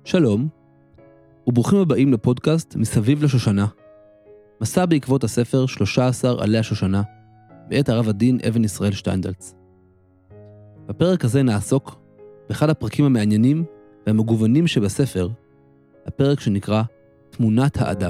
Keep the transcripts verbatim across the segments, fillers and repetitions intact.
שלום, וברוכים הבאים לפודקאסט מסביב לשושנה. מסע בעקבות הספר שלושה עשר עלי השושנה, מאת הרב הדין אבן ישראל שטיינזלץ. בפרק הזה נעסוק באחד הפרקים המעניינים והמגוונים שבספר, הפרק שנקרא תמונת האדם.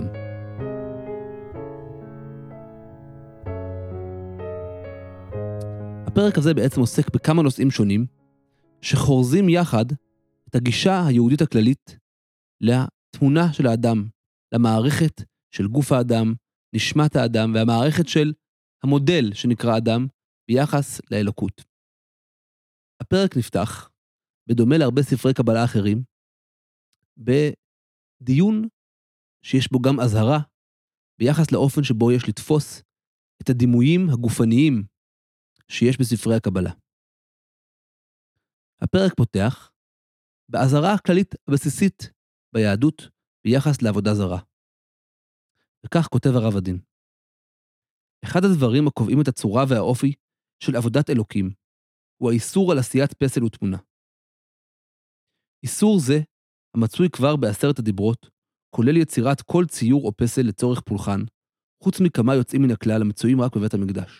הפרק הזה בעצם עוסק בכמה נושאים שונים, שחורזים יחד את הגישה היהודית הכללית לתמונה של האדם, למערכת של גוף האדם, נשמת האדם, והמערכת של המודל שנקרא אדם ביחס לאלוקות. הפרק נפתח, בדומה להרבה ספרי קבלה אחרים, בדיון שיש בו גם אזהרה, ביחס לאופן שבו יש לתפוס את הדימויים הגופניים שיש בספרי הקבלה. הפרק פותח באזהרה הכללית הבסיסית ביהדות ביחס לעבודה זרה. וכך כותב הרב הדין. אחד הדברים הקובעים את הצורה והאופי של עבודת אלוקים, הוא האיסור על עשיית פסל ותמונה. איסור זה, המצוי כבר בעשרת הדיברות, כולל יצירת כל ציור או פסל לצורך פולחן, חוץ מכמה יוצאים מן הכלל המצויים רק בבית המקדש.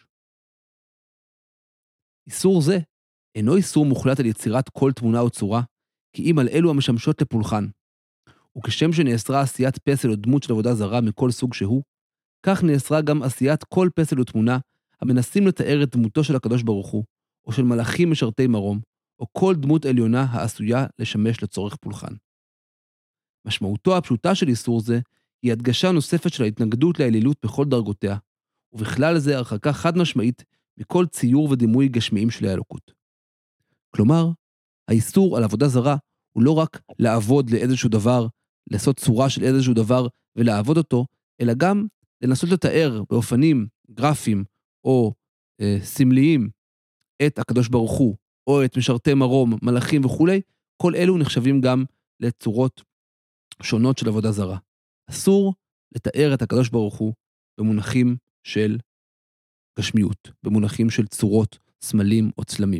איסור זה אינו איסור מוחלט על יצירת כל תמונה או צורה, כי אם על אלו המשמשות לפולחן. וכשם שנאסרה עשיית פסל או דמות של עבודה זרה מכל סוג שהוא, כך נאסרה גם עשיית כל פסל או תמונה המנסים לתאר את דמותו של הקדוש ברוך הוא, או של מלאכים משרתי מרום, או כל דמות עליונה העשויה לשמש לצורך פולחן. משמעותו הפשוטה של איסור זה, היא הדגשה נוספת של ההתנגדות לאלילות בכל דרגותיה, ובכלל זה הרחקה חד משמעית מכל ציור ודימוי גשמיים של האלוקות. כלומר, האיסור על עבודה זרה הוא לא רק לעבוד לאיזשהו דבר, לעשות צורה של איזשהו דבר ולעבוד אותו, אלא גם לנסות לתאר באופנים גרפיים או אה, סמליים את הקדוש ברוך הוא, או את משרתי מרום, מלאכים וכו', כל אלו נחשבים גם לצורות שונות של עבודה זרה. אסור לתאר את הקדוש ברוך הוא במונחים של גשמיות, במונחים של צורות, סמלים או צלמים.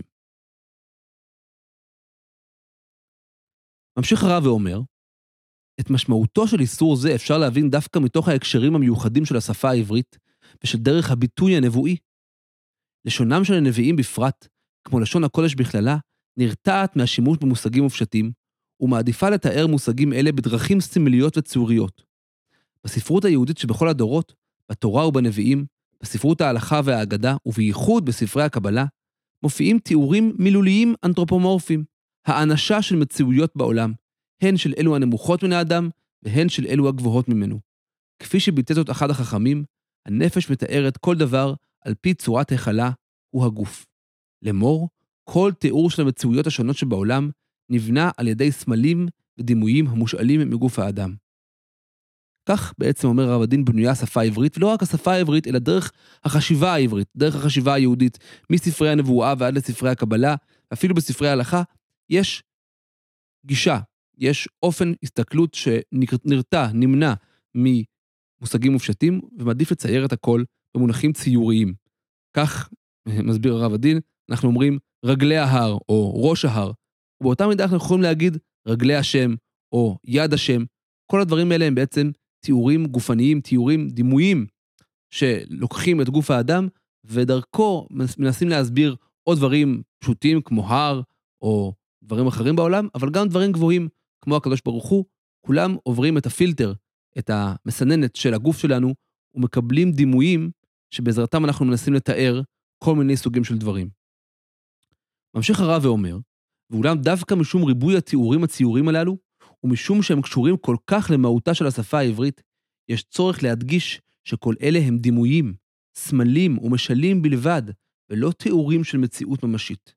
ממשיך הרב ואומר, את משמעותו של איסור זה אפשר להבין דווקא מתוך ההקשרים המיוחדים של השפה העברית ושל דרך הביטוי הנבואי. לשונם של הנביאים בפרט, כמו לשון הקודש בכללה, נרתעת מהשימוש במושגים ופשטים, ומעדיפה לתאר מושגים אלה בדרכים סמליות וציוריות. בספרות היהודית שבכל הדורות, בתורה ובנביאים, בספרות ההלכה והאגדה, ובייחוד בספרי הקבלה, מופיעים תיאורים מילוליים אנתרופומורפיים, האנשה של מציאויות בעולם, הן של אלו הנמוכות מן האדם, והן של אלו הגבוהות ממנו. כפי שביטא זאת אחד החכמים, הנפש מתארת כל דבר על פי צורת החלה הוא הגוף. לאמור, כל תיאור של המציאויות השונות שבעולם נבנה על ידי סמלים ודימויים המושאלים מגוף האדם. כך בעצם אומר הרב הדין בנויה השפה העברית, ולא רק השפה העברית, אלא דרך החשיבה העברית, דרך החשיבה היהודית, מספרי הנבואה ועד לספרי הקבלה, אפילו בספרי ההלכה, יש גישה, יש אופן הסתכלות שנרתע, נמנע ממושגים מופשטים, ומעדיף לצייר את הכל במונחים ציוריים. כך מסביר הרב הדין, אנחנו אומרים רגלי ההר או ראש ההר, ובאותה מידה אנחנו יכולים להגיד רגלי השם או יד השם. כל הדברים האלה הם בעצם תיאורים גופניים, תיאורים דימויים שלוקחים את גוף האדם, ודרכו מנסים להסביר עוד דברים פשוטים כמו הר או דברים אחרים בעולם, אבל גם דברים גבוהים כמו הקדוש ברוך הוא, כולם עוברים את הפילטר, את המסננת של הגוף שלנו, ומקבלים דימויים שבעזרתם אנחנו מנסים לתאר כל מיני סוגים של דברים. ממשיך הרב ואומר, ואולם דווקא משום ריבוי התיאורים הציורים הללו, ומשום שהם קשורים כל כך למהותה של השפה העברית, יש צורך להדגיש שכל אלה הם דימויים, סמלים ומשלים בלבד, ולא תיאורים של מציאות ממשית.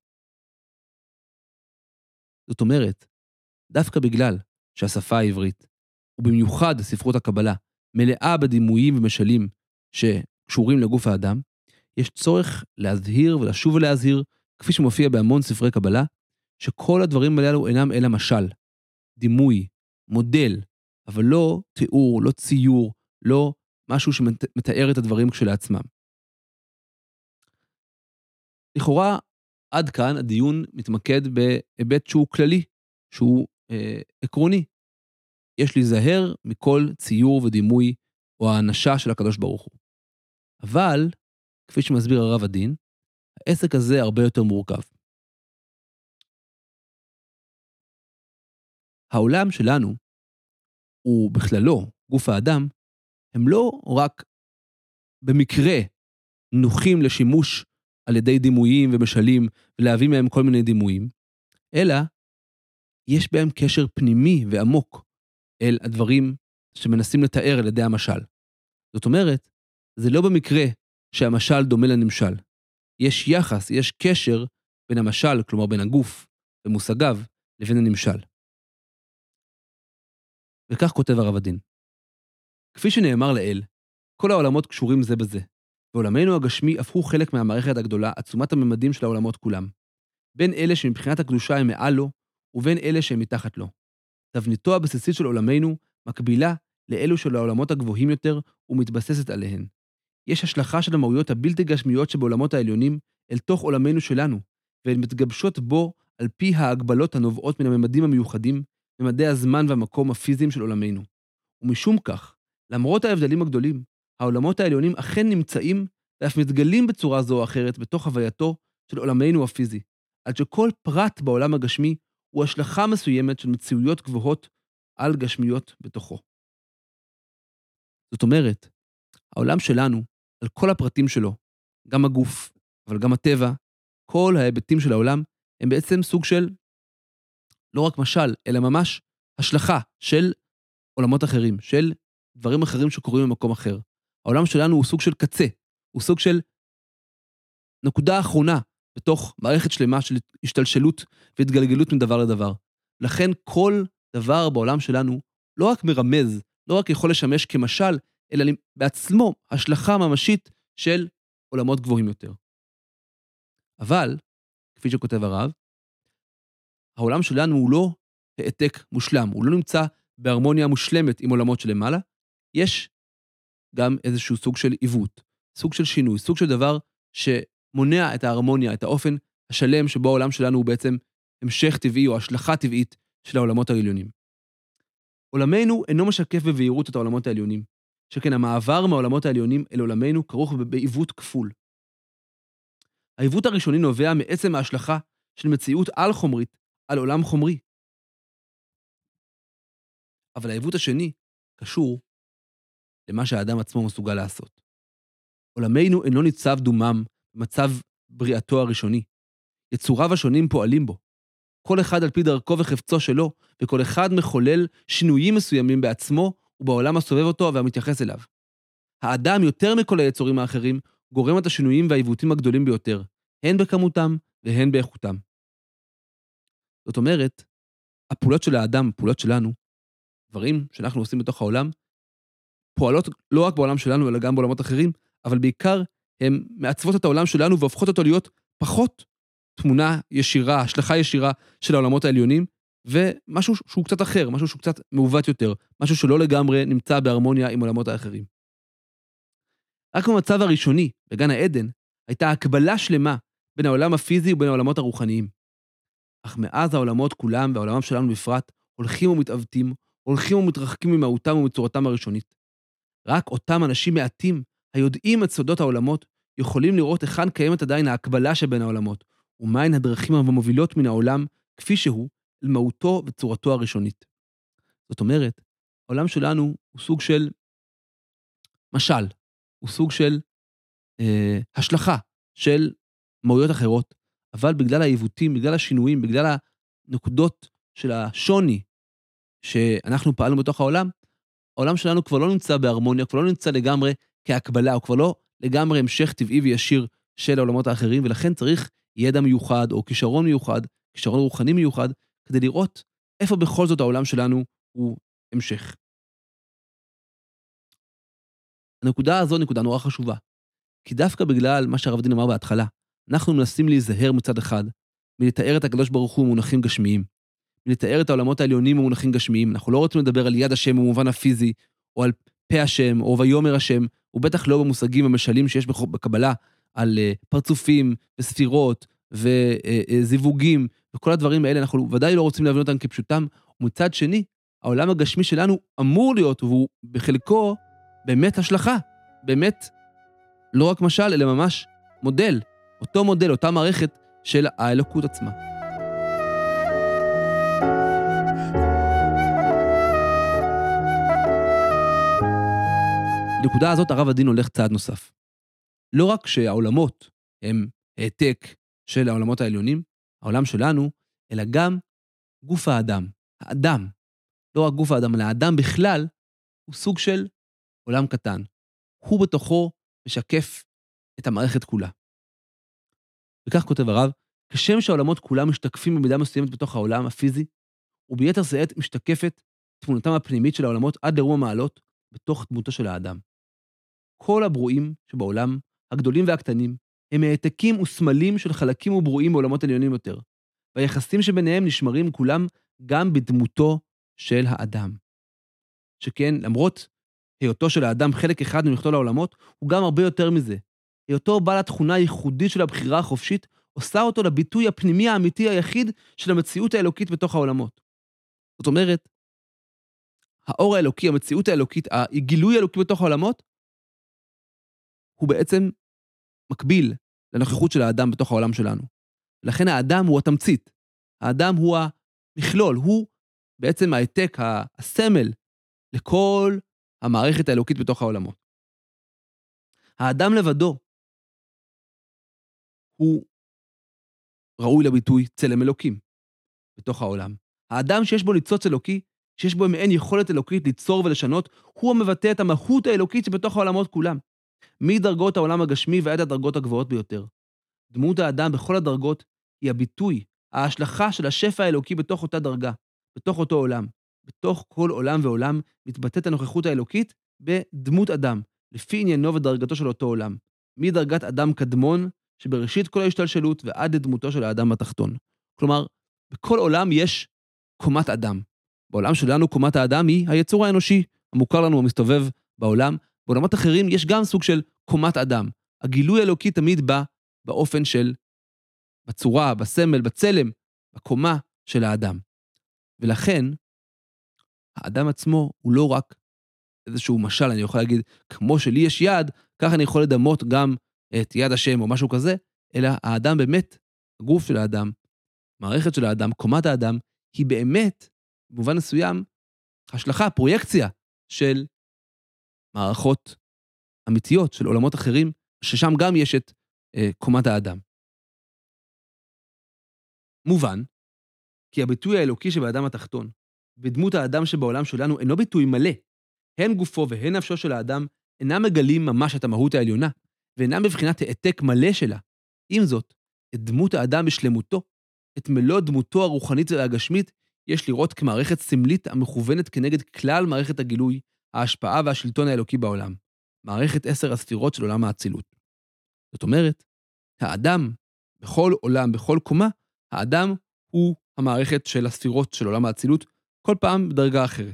זאת אומרת, דווקא בגלל שהשפה העברית, ובמיוחד ספרות הקבלה, מלאה בדימויים ומשלים שקשורים לגוף האדם, יש צורך להזהיר ולשוב ולהזהיר, כפי שמופיע בהמון ספרי קבלה, שכל הדברים הללו אינם אלא משל, דימוי, מודל, אבל לא תיאור, לא ציור, לא משהו שמתאר את הדברים כשלעצמם. לכאורה, עד כאן הדיון מתמקד בהיבט שהוא כללי, שהוא אה, עקרוני. יש להיזהר מכל ציור ודימוי או האנשה של הקדוש ברוך הוא. אבל, כפי שמסביר הרב הדין, העסק הזה הרבה יותר מורכב. העולם שלנו, ובכללו גוף האדם, הם לא רק במקרה נוחים לשימוש על ידי דימויים ומשלים, ולהביא מהם כל מיני דימויים, אלא יש בהם קשר פנימי ועמוק אל הדברים שמנסים לתאר על ידי המשל. זאת אומרת, זה לא במקרה שהמשל דומה לנמשל. יש יחס, יש קשר בין המשל, כלומר בין הגוף ומושגיו, לבין הנמשל. וכך כותב הרב הדין. כפי שנאמר לאל, כל העולמות קשורים זה בזה, ועולמנו הגשמי הפכו חלק מהמערכת הגדולה, עצומת הממדים של העולמות כולם, בין אלה שמבחינת הקדושה הם מעל לו, ובין אלה שהם מתחת לו. תבניתו הבסיסית של עולמנו מקבילה לאלו של העולמות הגבוהים יותר ומתבססת עליהן. יש השלכה של המהויות הבלתי גשמיות שבעולמות העליונים אל תוך עולמנו שלנו, והן מתגבשות בו על פי ההגבלות הנובעות מן הממדים המיוחדים, ממדי הזמן והמקום הפיזיים של עולמנו. ומשום כך, למרות ההבדלים הגדולים, העולמות העליונים אכן נמצאים ואף מתגלים בצורה זו או אחרת בתוך הווייתו של עולמנו הפיזי, עד שכל פרט בעולם הגשמי הוא השלכה מסוימת של מציאויות גבוהות על גשמיות בתוכו. זאת אומרת, העולם שלנו, על כל הפרטים שלו, גם הגוף, אבל גם הטבע, כל ההיבטים של העולם, הם בעצם סוג של, לא רק משל, אלא ממש השלכה של עולמות אחרים, של דברים אחרים שקורים במקום אחר. העולם שלנו הוא סוג של קצה, הוא סוג של נקודה אחרונה בתוך מערכת שלמה של השתלשלות והתגלגלות מדבר לדבר. לכן כל דבר בעולם שלנו לא רק מרמז, לא רק יכול לשמש כמשל, אלא בעצמו השלכה ממשית של עולמות גבוהים יותר. אבל, כפי שכותב הרב, העולם שלנו הוא לא העתק מושלם, הוא לא נמצא בהרמוניה מושלמת עם עולמות שלמעלה, יש גם איזשהו סוג של עיוות, סוג של שינוי, סוג של דבר שמונע את ההרמוניה, את האופן השלם שבו העולם שלנו הוא בעצם המשך טבעי או השלכה טבעית של העולמות העליונים. עולמנו אינו משקף בבהירות את העולמות העליונים, שכן המעבר מהעולמות העליונים אל עולמנו כרוך בעיוות כפול. העיוות הראשוני נובע מעצם ההשלכה של מציאות על חומרית על עולם חומרי. אבל העיוות השני קשור למה שהאדם עצמו מסוגל לעשות. עולמנו אינו ניצב דומם במצב בריאתו הראשוני. יצוריו השונים פועלים בו. כל אחד על פי דרכו וחפצו שלו, וכל אחד מחולל שינויים מסוימים בעצמו ובעולם הסובב אותו והמתייחס אליו. האדם יותר מכל היצורים האחרים גורם את השינויים והעיוותים הגדולים ביותר, הן בכמותם והן באיכותם. זאת אומרת, הפעולות של האדם, הפעולות שלנו, דברים שאנחנו עושים בתוך העולם, פועלות לא רק בעולם שלנו, אלא גם בעולמות אחרים, אבל בעיקר הן מעצבות את העולם שלנו והופכות אותו להיות פחות תמונה ישירה, השלכה ישירה של העולמות העליונים, ומשהו שהוא קצת אחר, משהו שהוא קצת מעוות יותר, משהו שלא לגמרי נמצא בהרמוניה עם עולמות האחרים. רק במצב הראשוני, בגן העדן, הייתה הקבלה שלמה בין העולם הפיזי ובין העולמות הרוחניים. אך מאז העולמות כולם והעולמם שלנו בפרט הולכים ומתעוותים, הולכים ומתרחקים ממהותם ומצורתם הראשונית. רק אותם אנשים מעטים היודעים את סודות העולמות יכולים לראות היכן קיימת עדיין ההקבלה שבין העולמות, ומהן הדרכים המובילות מן העולם כפי שהוא אל מהותו וצורתו הראשונית. זאת אומרת, העולם שלנו הוא סוג של משל, הוא סוג של אה, השלכה של מהויות אחרות, אבל בגלל העיוותים, בגלל השינויים, בגלל הנקודות של השוני שאנחנו פעלנו בתוך העולם, העולם שלנו כבר לא נמצא בהרמוניה, כבר לא נמצא לגמרי כהקבלה, הוא כבר לא לגמרי המשך טבעי וישיר של העולמות האחרים, ולכן צריך ידע מיוחד או כישרון מיוחד, כישרון רוחני מיוחד, כדי לראות איפה בכל זאת העולם שלנו הוא המשך. הנקודה הזו נקודה נורא חשובה, כי דווקא בגלל מה שהרב דין אמר בהתחלה, אנחנו מנסים להיזהר מצד אחד, מלתאר את הקדוש ברוך הוא במונחים גשמיים, מלתאר את העולמות העליונים במונחים גשמיים, אנחנו לא רוצים לדבר על יד השם במובן הפיזי, או על פה השם, או ויומר השם, ובטח לא במושגים המשלים שיש בקבלה, על פרצופים וספירות וזיווגים, וכל הדברים האלה אנחנו ודאי לא רוצים להבין אותם כפשוטם, ומצד שני, העולם הגשמי שלנו אמור להיות, והוא בחלקו באמת השלכה, באמת לא רק משל, אלא ממש מודל, אותו מודל, אותה מערכת של האלוקות עצמה. בנקודה הזאת הרב הדין הולך צעד נוסף. לא רק שהעולמות הם העתק של העולמות העליונים, העולם שלנו, אלא גם גוף האדם. האדם, לא רק גוף האדם, אלא האדם בכלל, הוא סוג של עולם קטן. הוא בתוכו משקף את המערכת כולה. וכך כותב הרב, כשם שהעולמות כולם משתקפים במידה מסוימת בתוך העולם הפיזי, וביתר שאת משתקפת תמונתם הפנימית של העולמות עד לרום המעלות בתוך דמותו של האדם. כל הברואים שבעולם, הגדולים והקטנים, הם העתקים וסמלים של חלקים וברואים בעולמות עליונים יותר, והיחסים שביניהם נשמרים כולם גם בדמותו של האדם. שכן, למרות היותו של האדם חלק אחד ממכלול העולמות, הוא גם הרבה יותר מזה. היותו בעל התכונה הייחודית של הבחירה החופשית, עושה אותו לביטוי הפנימי האמיתי היחיד של המציאות האלוקית בתוך העולמות. זאת אומרת, האור האלוקי, המציאות האלוקית, הגילוי האלוקי בתוך העולמות, הוא בעצם מקביל לנוכחות של האדם בתוך העולם שלנו. לכן האדם הוא התמצית. האדם הוא המכלול, הוא בעצם העתק, הסמל, לכל המערכת האלוקית בתוך העולמות. האדם לבדו הוא ראוי לביטוי צלם אלוקים בתוך העולם. האדם שיש בו ניצוץ אלוקי, שיש בו מעין יכולת אלוקית ליצור ולשנות, הוא המבטא את המהות האלוקית שבתוך העולמות כולם. מדרגות העולם הגשמי ועד הדרגות הגבוהות ביותר. דמות האדם בכל הדרגות היא הביטוי, ההשלכה של השפע האלוקי בתוך אותה דרגה, בתוך אותו עולם. בתוך כל עולם ועולם מתבטאת הנוכחות האלוקית בדמות אדם, לפי עניינו ודרגתו של אותו עולם. מדרגת אדם קדמון, שבראשית כל ההשתלשלות ועד לדמותו של האדם התחתון. כלומר, בכל עולם יש קומת אדם. בעולם שלנו קומת האדם היא היצור האנושי, המוכר לנו המסתובב בעולם. בעולמות אחרים יש גם סוג של קומת אדם. הגילוי האלוקי תמיד בא באופן של, בצורה, בסמל, בצלם, בקומה של האדם. ולכן, האדם עצמו הוא לא רק איזשהו משל, אני יכול להגיד, כמו שלי יש יד, כך אני יכול לדמות גם את יד השם או משהו כזה, אלא האדם באמת, הגוף של האדם, מערכת של האדם, קומת האדם, היא באמת, במובן מסוים, השלכה, פרויקציה של מערכות אמיתיות, של עולמות אחרים, ששם גם יש את אה, קומת האדם. מובן, כי הביטוי האלוקי שבאדם התחתון, בדמות האדם שבעולם שלנו אינו ביטוי מלא. הן גופו והן נפשו של האדם אינם מגלים ממש את המהות העליונה, ואינם בבחינת העתק מלא שלה. עם זאת, את דמות האדם בשלמותו, את מלוא דמותו הרוחנית והגשמית, יש לראות כמערכת סמלית המכוונת כנגד כלל מערכת הגילוי, ההשפעה והשלטון האלוקי בעולם. מערכת עשר הספירות של עולם האצילות. זאת אומרת, האדם, בכל עולם, בכל קומה, האדם הוא המערכת של הספירות של עולם האצילות, כל פעם בדרגה אחרת.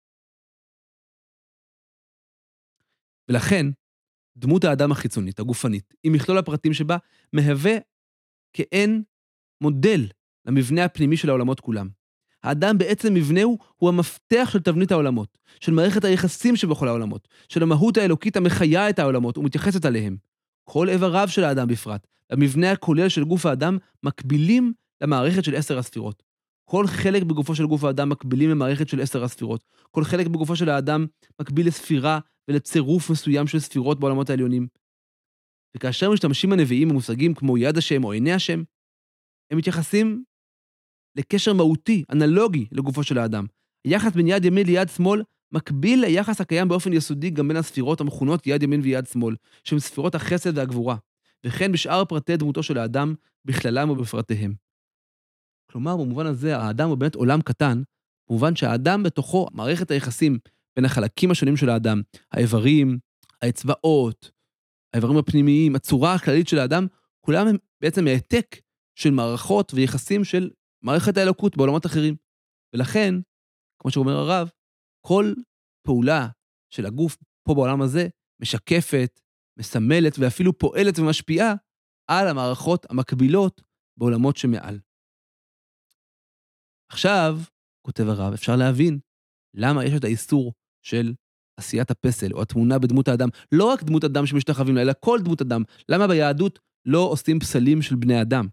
ולכן, דמות האדם החיצונית, הגופנית, עם מכלול הפרטים שבה, מהווה כאין מודל למבנה הפנימי של העולמות כולם. האדם בעצם מבנהו הוא המפתח של תבנית העולמות, של מערכת היחסים שבכל העולמות, של המהות האלוקית המחיה את העולמות ומתייחסת עליהם. כל איבריו של האדם בפרט, המבנה הכולל של גוף האדם, מקבילים למערכת של עשר הספירות. כל חלק בגופו של גוף האדם מקבילים למערכת של עשר הספירות. כל חלק בגופו של האדם מקביל לספירה ולצירוף מסוים של ספירות בעולמות העליונים. וכאשר משתמשים הנביאים במושגים כמו יד השם או עיני השם, הם מתייחסים לקשר מהותי, אנלוגי לגופו של האדם. היחס בין יד ימין ליד שמאל מקביל ליחס הקיים באופן יסודי גם בין הספירות המכונות יד ימין ויד שמאל, שהן ספירות החסד והגבורה, וכן בשאר פרטי דמותו של האדם בכללם ובפרטיהם. כלומר, במובן הזה, האדם הוא באמת עולם קטן, במובן שהאדם בתוכו, מערכת היחסים בין החלקים השונים של האדם, האיברים, האצבעות, האיברים הפנימיים, הצורה הכללית של האדם, כולם הם בעצם העתק של מערכות ויחסים של מערכת האלוקות בעולמות אחרים. ולכן, כמו שאומר הרב, כל פעולה של הגוף פה בעולם הזה משקפת, מסמלת ואפילו פועלת ומשפיעה על המערכות המקבילות בעולמות שמעל. עכשיו, כותב הרב, אפשר להבין למה יש את האיסור של עשיית הפסל, או התמונה בדמות האדם, לא רק דמות אדם שמשתחווים לה, אלא כל דמות אדם. למה ביהדות לא עושים פסלים של בני אדם?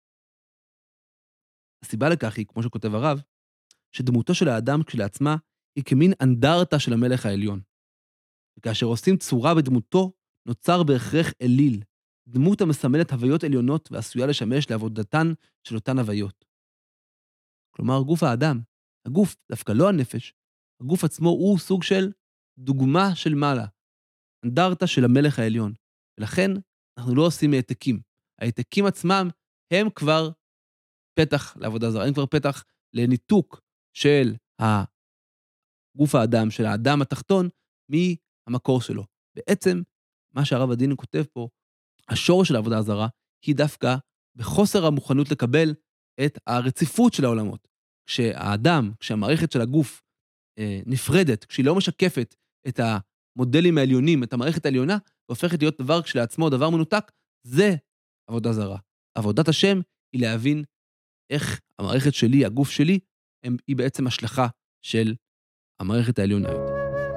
הסיבה לכך היא, כמו שכותב הרב, שדמותו של האדם כשלעצמה היא כמין אנדרטה של המלך העליון. וכאשר עושים צורה בדמותו, נוצר בהכרח אליל, דמות המסמלת הוויות עליונות ועשויה לשמש לעבודתן של אותן הוויות. כלומר, גוף האדם, הגוף, דווקא לא הנפש, הגוף עצמו הוא סוג של דוגמה של מעלה, אנדרטה של המלך העליון. ולכן אנחנו לא עושים העתקים. העתקים עצמם הם כבר פתח לעבודה זרה, הם כבר פתח לניתוק של גוף האדם, של האדם התחתון, מהמקור שלו. בעצם, מה שהרב עדיני כותב פה, השורש של העבודה הזרה, היא דווקא בחוסר המוכנות לקבל את הרציפות של העולמות. כשהאדם, כשהמערכת של הגוף אה, נפרדת, כשהיא לא משקפת את המודלים העליונים, את המערכת העליונה, והופכת להיות דבר כשלעצמו, דבר מנותק, זה עבודה זרה. עבודת השם היא להבין איך המערכת שלי, הגוף שלי, הם, היא בעצם השלכה של המערכת העליונה יותר.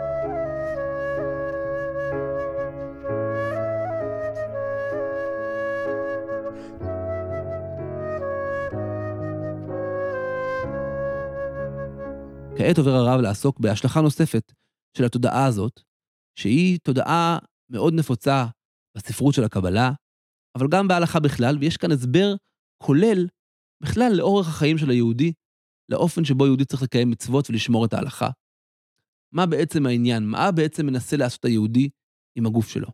כעת עובר הרב לעסוק בהשלכה נוספת של התודעה הזאת, שהיא תודעה מאוד נפוצה בספרות של הקבלה, אבל גם בהלכה בכלל, ויש כאן הסבר כולל בכלל לאורך החיים של היהודי, לאופן שבו יהודי צריך לקיים מצוות ולשמור את ההלכה. מה בעצם העניין? מה בעצם מנסה לעשות היהודי עם הגוף שלו?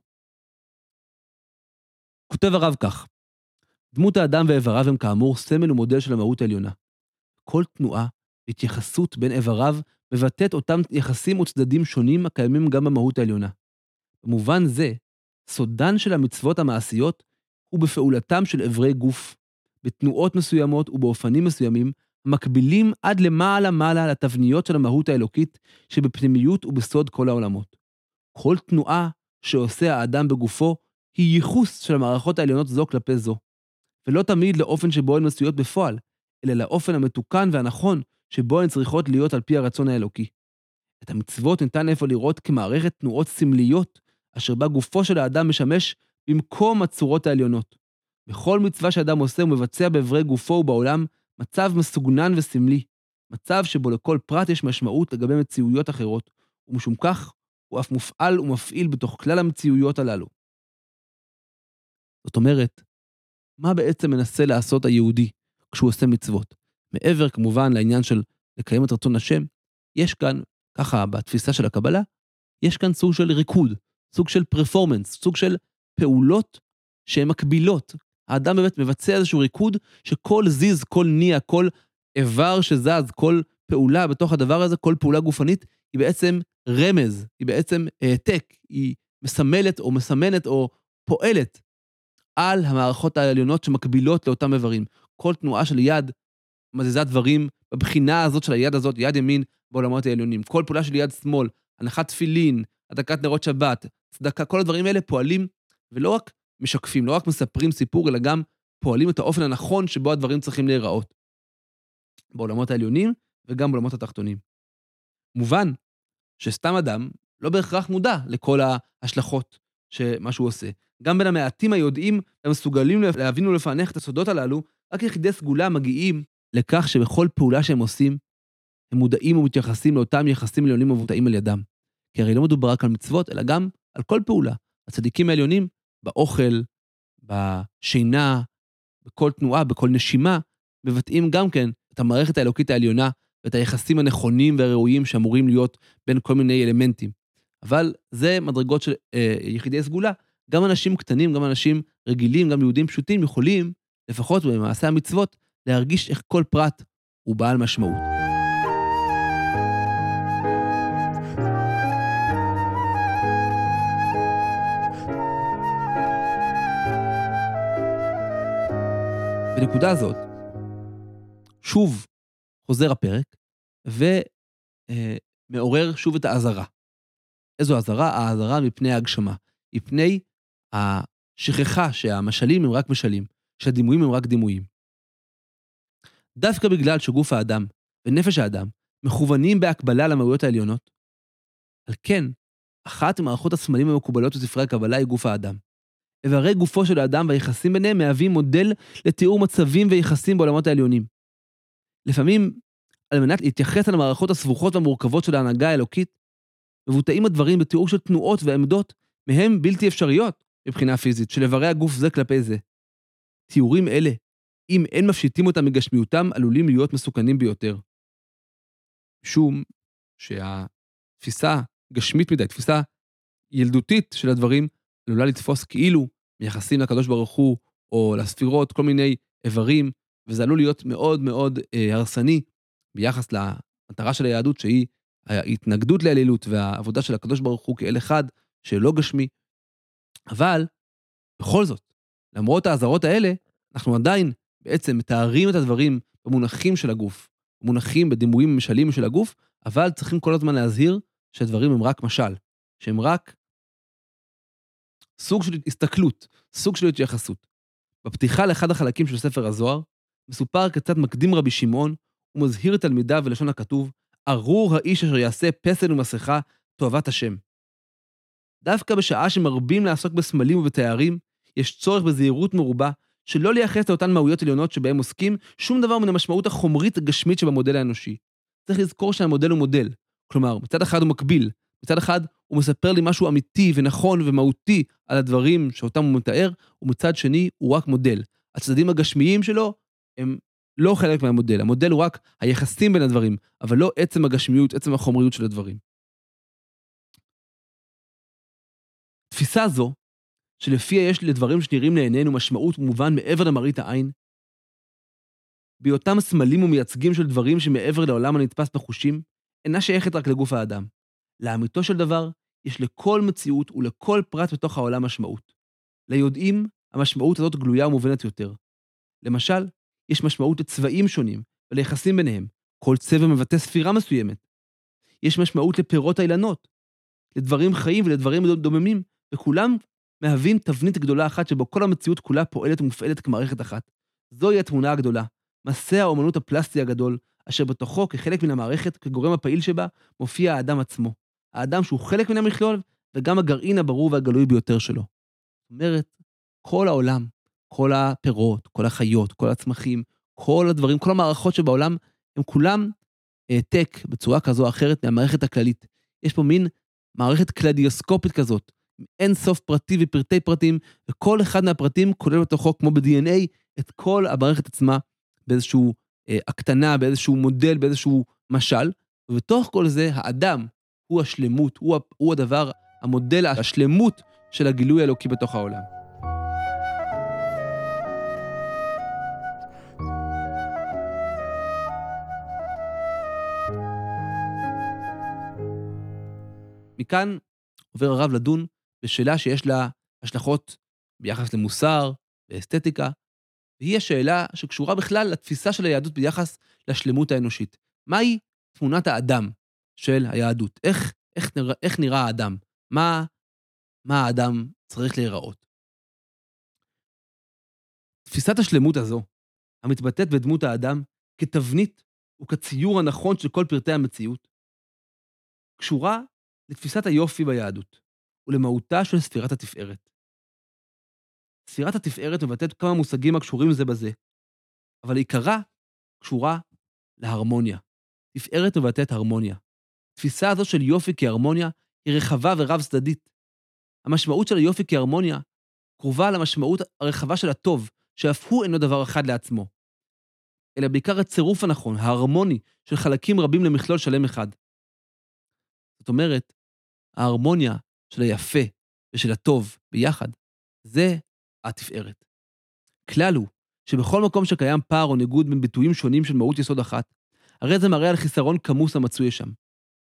כותב הרב כך, דמות האדם ואיבריו הם כאמור סמל ומודל של המהות העליונה. כל תנועה והתייחסות בין איבריו מבטאת אותם יחסים וצדדים שונים הקיימים גם במהות העליונה. במובן זה, סודן של המצוות המעשיות הוא בפעולתם של איברי גוף, בתנועות מסוימות ובאופנים מסוימים, מקבילים עד למעלה מעלה לתבניות של המהות האלוקית שבפנימיות ובסוד כל העולמות. כל תנועה שעושה האדם בגופו היא ייחוס של המערכות העליונות זו כלפי זו, ולא תמיד לאופן שבו הן מצויות בפועל, אלא לאופן המתוקן והנכון שבו הן צריכות להיות על פי הרצון האלוקי. את המצוות ניתן איפה לראות כמערכת תנועות סמליות, אשר בה גופו של האדם משמש במקום הצורות העליונות. בכל מצווה שאדם עושה הוא מבצע בעברי גופו ובעולם מצב מסוגנן וסמלי, מצב שבו לכל פרט יש משמעות לגבי מציאויות אחרות, ומשום כך הוא אף מופעל ומפעיל בתוך כלל המציאויות הללו. זאת אומרת, מה בעצם מנסה לעשות היהודי כשהוא עושה מצוות? מעבר כמובן לעניין של לקיים את רצון השם, יש כאן, ככה בתפיסה של הקבלה, יש כאן סוג של ריקוד, סוג של פרפורמנס, סוג של פעולות שהן מקבילות. האדם באמת מבצע איזשהו ריקוד שכל זיז, כל ניע, כל איבר שזז, כל פעולה בתוך הדבר הזה, כל פעולה גופנית, היא בעצם רמז, היא בעצם העתק, היא מסמלת או מסמנת או פועלת על המערכות העליונות שמקבילות לאותם איברים. כל תנועה של יד מזיזה דברים בבחינה הזאת של היד הזאת, יד ימין בעולמות העליונים. כל פעולה של יד שמאל, הנחת תפילין, הדלקת נרות שבת, צדקה, כל הדברים האלה פועלים ולא רק משקפים, לא רק מספרים סיפור, אלא גם פועלים את האופן הנכון שבו הדברים צריכים להיראות. בעולמות העליונים וגם בעולמות התחתונים. מובן שסתם אדם לא בהכרח מודע לכל ההשלכות שמה שהוא עושה. גם בין המעטים היודעים ומסוגלים להבין ולפענח את הסודות הללו, רק יחידי סגולה מגיעים לכך שבכל פעולה שהם עושים, הם מודעים ומתייחסים לאותם יחסים עליונים מבוטאים על ידם. כי הרי לא מדובר רק על מצוות, אלא גם על כל פעולה. הצדיקים העליונים, באוכל, בשינה, בכל תנועה, בכל נשימה, מבטאים גם כן את המערכת האלוקית העליונה, ואת היחסים הנכונים והראויים שאמורים להיות בין כל מיני אלמנטים. אבל זה מדרגות של אה, יחידי סגולה. גם אנשים קטנים, גם אנשים רגילים, גם יהודים פשוטים, יכולים, לפחות במעשה המצוות, להרגיש איך כל פרט הוא בעל משמעות. בנקודה הזאת, שוב חוזר הפרק, ומעורר שוב את האזהרה. איזו האזהרה? האזהרה מפני ההגשמה. מפני השכחה שהמשלים הם רק משלים, שהדימויים הם רק דימויים. דווקא בגלל שגוף האדם ונפש האדם מכוונים בהקבלה למהויות העליונות. על כן, אחת ממערכות הסמלים המקובלות בספרי הקבלה היא גוף האדם. איברי גופו של האדם והיחסים ביניהם מהווים מודל לתיאור מצבים ויחסים בעולמות העליונים. לפעמים, על מנת להתייחס על המערכות הסבוכות והמורכבות של ההנהגה האלוקית, מבוטאים הדברים בתיאור של תנועות ועמדות, מהם בלתי אפשריות מבחינה פיזית, של איברי הגוף זה כלפי זה. תיאורים אלה, אם אין מפשיטים אותם מגשמיותם, עלולים להיות מסוכנים ביותר. משום שהתפיסה גשמית מדי, תפיסה ילדותית של הדברים, עלולה לתפוס כאילו מייחסים לקדוש ברוך הוא, או לספירות, כל מיני איברים, וזה עלול להיות מאוד מאוד אה, הרסני, ביחס למטרה של היהדות, שהיא ההתנגדות לאלילות, והעבודה של הקדוש ברוך הוא כאל אחד, שלא גשמי. אבל, בכל זאת, למרות האזהרות האלה, אנחנו עדיין בעצם מתארים את הדברים במונחים של הגוף, במונחים בדימויים משלים של הגוף, אבל צריכים כל הזמן להזהיר שהדברים הם רק משל, שהם רק סוג של הסתכלות, סוג של התייחסות. בפתיחה לאחד החלקים של ספר הזוהר, מסופר כיצד מקדים רבי שמעון, ומזהיר תלמידיו ולשון הכתוב, ארור האיש אשר יעשה פסל ומסכה, תועבת השם. דווקא בשעה שמרבים לעסוק בסמלים ובתארים, יש צורך בזהירות מרובה, שלא לייחס לאותן מהויות עליונות שבהם עוסקים, שום דבר מן המשמעות החומרית הגשמית שבמודל האנושי. צריך לזכור שהמודל הוא מודל. כלומר, מצד אחד הוא מקביל, מצד אחד הוא מספר לי משהו אמיתי ונכון ומהותי על הדברים שאותם הוא מתאר, ומצד שני הוא רק מודל. הצדדים הגשמיים שלו הם לא חלק מהמודל. המודל הוא רק היחסים בין הדברים, אבל לא עצם הגשמיות, עצם החומריות של הדברים. תפיסה זו, שלפיה יש לדברים שנראים לעינינו משמעות מובן מעבר למראית העין, בהיותם סמלים ומייצגים של דברים שמעבר לעולם הנתפס בחושים, אינה שייכת רק לגוף האדם. לאמיתו של דבר, יש לכל מציאות ולכל פרט בתוך העולם משמעות. ליודעים, המשמעות הזאת גלויה ומובנת יותר. למשל, יש משמעות לצבעים שונים וליחסים ביניהם. כל צבע מבטא ספירה מסוימת. יש משמעות לפירות האילנות, לדברים חיים ולדברים דוממים, וכולם מהווים תבנית גדולה אחת שבו כל המציאות כולה פועלת ומופעלת כמערכת אחת. זוהי התמונה הגדולה, מסע האומנות הפלסטי הגדול, אשר בתוכו כחלק מן המערכת, כגורם הפעיל שבה, מופיע האדם עצמו. האדם שהוא חלק מן המכלול, וגם הגרעין הברור והגלוי ביותר שלו. זאת אומרת, כל העולם, כל הפירות, כל החיות, כל הצמחים, כל הדברים, כל המערכות שבעולם, הם כולם העתק בצורה כזו או אחרת מהמערכת הכללית. יש פה מין מערכת קלדיוסקופית כזאת, אין סוף פרטי ופרטי פרטים, וכל אחד מהפרטים כולל בתוכו, כמו ב-די אן איי, את כל המערכת עצמה באיזשהו אה, הקטנה, באיזשהו מודל, באיזשהו משל, ובתוך כל זה האדם הוא השלמות, הוא, הוא הדבר, המודל, השלמות של הגילוי האלוקי בתוך העולם. מכאן עובר הרב לדון בשאלה שיש לה השלכות ביחס למוסר, לאסתטיקה, והיא השאלה שקשורה בכלל לתפיסה של היהדות ביחס לשלמות האנושית. מהי תמונת האדם של היהדות? איך, איך, נרא, איך נראה האדם? מה, מה האדם צריך להיראות? תפיסת השלמות הזו, המתבטאת בדמות האדם כתבנית וכציור הנכון של כל פרטי המציאות, קשורה לתפיסת היופי ביהדות ולמהותה של ספירת התפארת. ספירת התפארת מבטאת כמה מושגים הקשורים זה בזה, אבל עיקרה קשורה להרמוניה. תפארת מבטאת הרמוניה. תפיסה הזו של יופי כהרמוניה היא רחבה ורב צדדית. המשמעות של היופי כהרמוניה קרובה למשמעות הרחבה של הטוב, שאף הוא אינו דבר אחד לעצמו, אלא בעיקר הצירוף הנכון, ההרמוני, של חלקים רבים למכלול שלם אחד. זאת אומרת, ההרמוניה של היפה ושל הטוב ביחד, זה התפארת. כלל הוא שבכל מקום שקיים פער או ניגוד בין ביטויים שונים של מהות יסוד אחת, הרי זה מראה על חיסרון כמוס המצוי שם.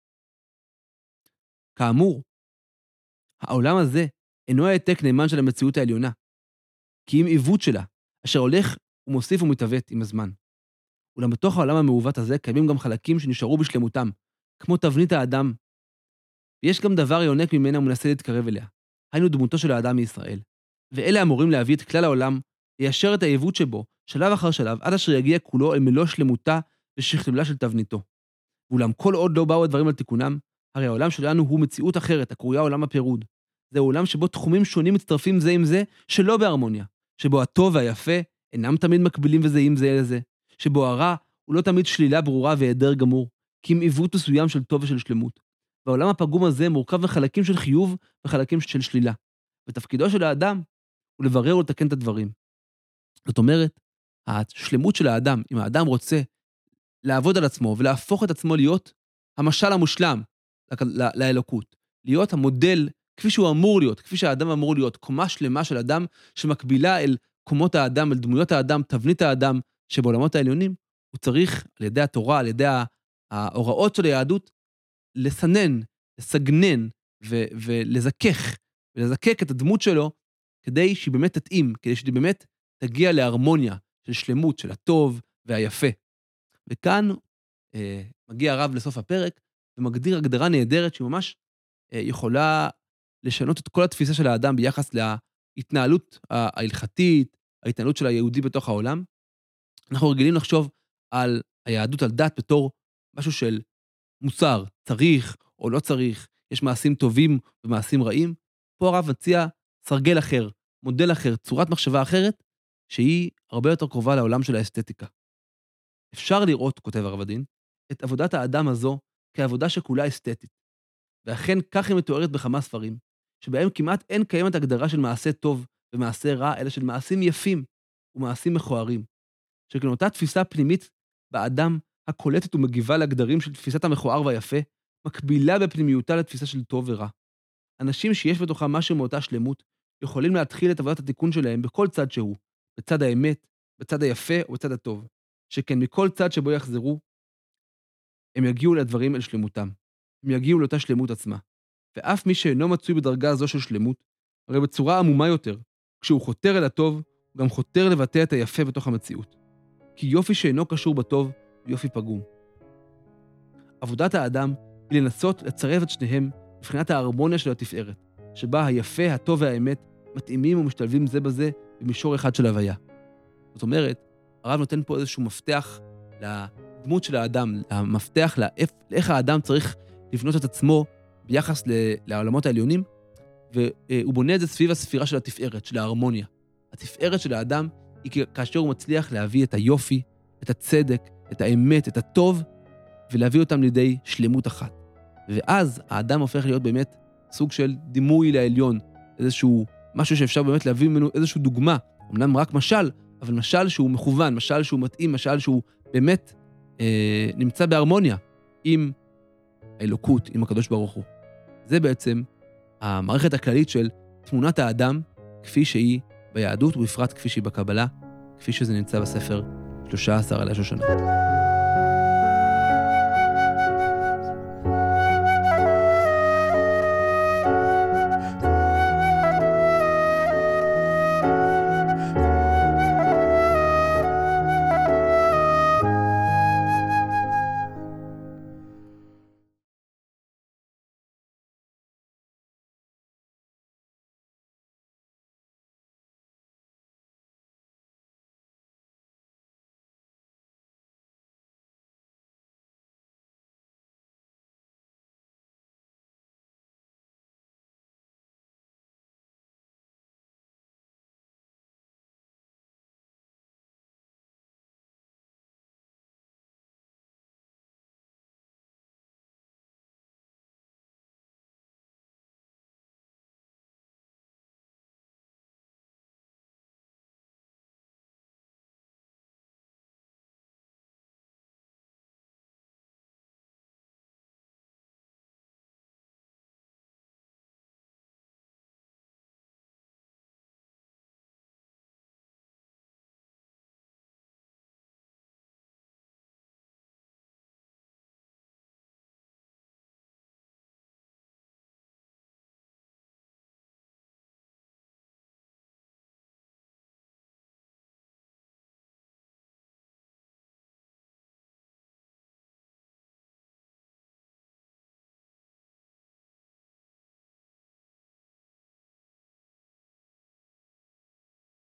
כאמור, העולם הזה אינו העתק נאמן של המציאות העליונה, כי אם עיוות שלה, אשר הולך ומוסיף ומתעוות עם הזמן. אולם בתוך העולם המעוות הזה קיימים גם חלקים שנשארו בשלמותם, כמו תבנית האדם, ויש גם דבר יונק ממנה ומנסה להתקרב אליה. היינו דמותו של האדם מישראל. ואלה אמורים להביא את כלל העולם, ליישר את העיוות שבו, שלב אחר שלב, עד אשר יגיע כולו אל מלוא שלמותה ושכלולה של תבניתו. ואולם כל עוד לא באו הדברים על תיקונם, הרי העולם שלנו הוא מציאות אחרת, הקרויה עולם הפירוד. זהו עולם שבו תחומים שונים מצטרפים זה עם זה, שלא בהרמוניה, שבו הטוב והיפה אינם תמיד מקבילים וזהים זה לזה, שבו הרע הוא לא תמיד שלילה ברורה והיעדר גמור, כי עם עיוות מסוים של טוב ושל שלמות. והעולם הפגום הזה מורכב מחלקים של חיוב וחלקים של שלילה, ותפקידו של האדם הוא לברר ולתקן את הדברים. זאת אומרת, השלמות של האדם, אם האדם רוצה לעבוד על עצמו ולהפוך את עצמו להיות המשל המושלם לאלוקות, להיות המודל כפי שהוא אמור להיות, כפי שהאדם אמור להיות, קומה שלמה של אדם שמקבילה אל קומות האדם, אל דמויות האדם, תבנית האדם שבעולמות העליונים, הוא צריך על ידי התורה, על ידי ההוראות של היהדות, לסנן, לסגנן ו- ולזכך, ולזקק את הדמות שלו, כדי שהיא באמת תתאים, כדי שהיא באמת תגיע להרמוניה של שלמות, של הטוב והיפה. וכאן אה, מגיע הרב לסוף הפרק, ומגדיר הגדרה נהדרת שהיא ממש אה, יכולה לשנות את כל התפיסה של האדם ביחס להתנהלות ההלכתית, ההתנהלות של היהודי בתוך העולם. אנחנו רגילים לחשוב על היהדות, על דת, בתור משהו של מוסר, צריך או לא צריך, יש מעשים טובים ומעשים רעים. פה הרב מציע סרגל אחר, מודל אחר, צורת מחשבה אחרת, שהיא הרבה יותר קרובה לעולם של האסתטיקה. אפשר לראות, כותב הרב הדין, את עבודת האדם הזו כעבודה שכולה אסתטית. ואכן כך היא מתוארת בכמה ספרים, שבהם כמעט אין קיימת הגדרה של מעשה טוב ומעשה רע, אלא של מעשים יפים ומעשים מכוערים. שכן אותה תפיסה פנימית באדם הקולטת ומגיבה להגדרים של תפיסת המכוער והיפה, מקבילה בפנימיותה לתפיסה של טוב ורע. אנשים שיש בתוכם משהו מאותה שלמות, יכולים להתחיל את עבודת התיקון שלהם בכל צד שהוא, בצד האמת, בצד היפה או בצד הטוב. שכן מכל צד שבו יחזרו, הם יגיעו לדברים אל שלמותם. הם יגיעו לאותה שלמות עצמה. ואף מי שאינו מצוי בדרגה הזו של שלמות, הרי בצורה עמומה יותר, כשהוא חותר אל הטוב, הוא גם חותר לבטא את היפה בתוך המציאות. כי יופי שאינו קשור בטוב, הוא יופי פגום. עבודת האדם היא לנסות לצרף את שניהם מבחינת ההרמוניה של התפארת, שבה היפה, הטוב והאמת מתאימים ומשתלבים זה בזה במישור אחד של הוויה. זאת אומרת, הרב נותן פה איזשהו מפתח לדמות של האדם, המפתח לאיך, לאיך האדם צריך לבנות את עצמו ביחס לעולמות העליונים, והוא בונה את זה סביב הספירה של התפארת, של ההרמוניה. התפארת של האדם היא כאשר הוא מצליח להביא את היופי, את הצדק, את האמת, את הטוב, ולהביא אותם לידי שלמות אחת. ואז האדם הופך להיות באמת סוג של דימוי לעליון, איזשהו משהו שאפשר באמת להביא ממנו איזשהו דוגמה, אמנם רק משל, אבל משל שהוא מכוון, משל שהוא מתאים, משל שהוא באמת אה, נמצא בהרמוניה עם האלוקות, עם הקדוש ברוך הוא. זה בעצם המערכת הכללית של תמונת האדם, כפי שהיא ביהדות, ובפרט כפי שהיא בקבלה, כפי שזה נמצא בספר שלושה עשר עלי שושנה.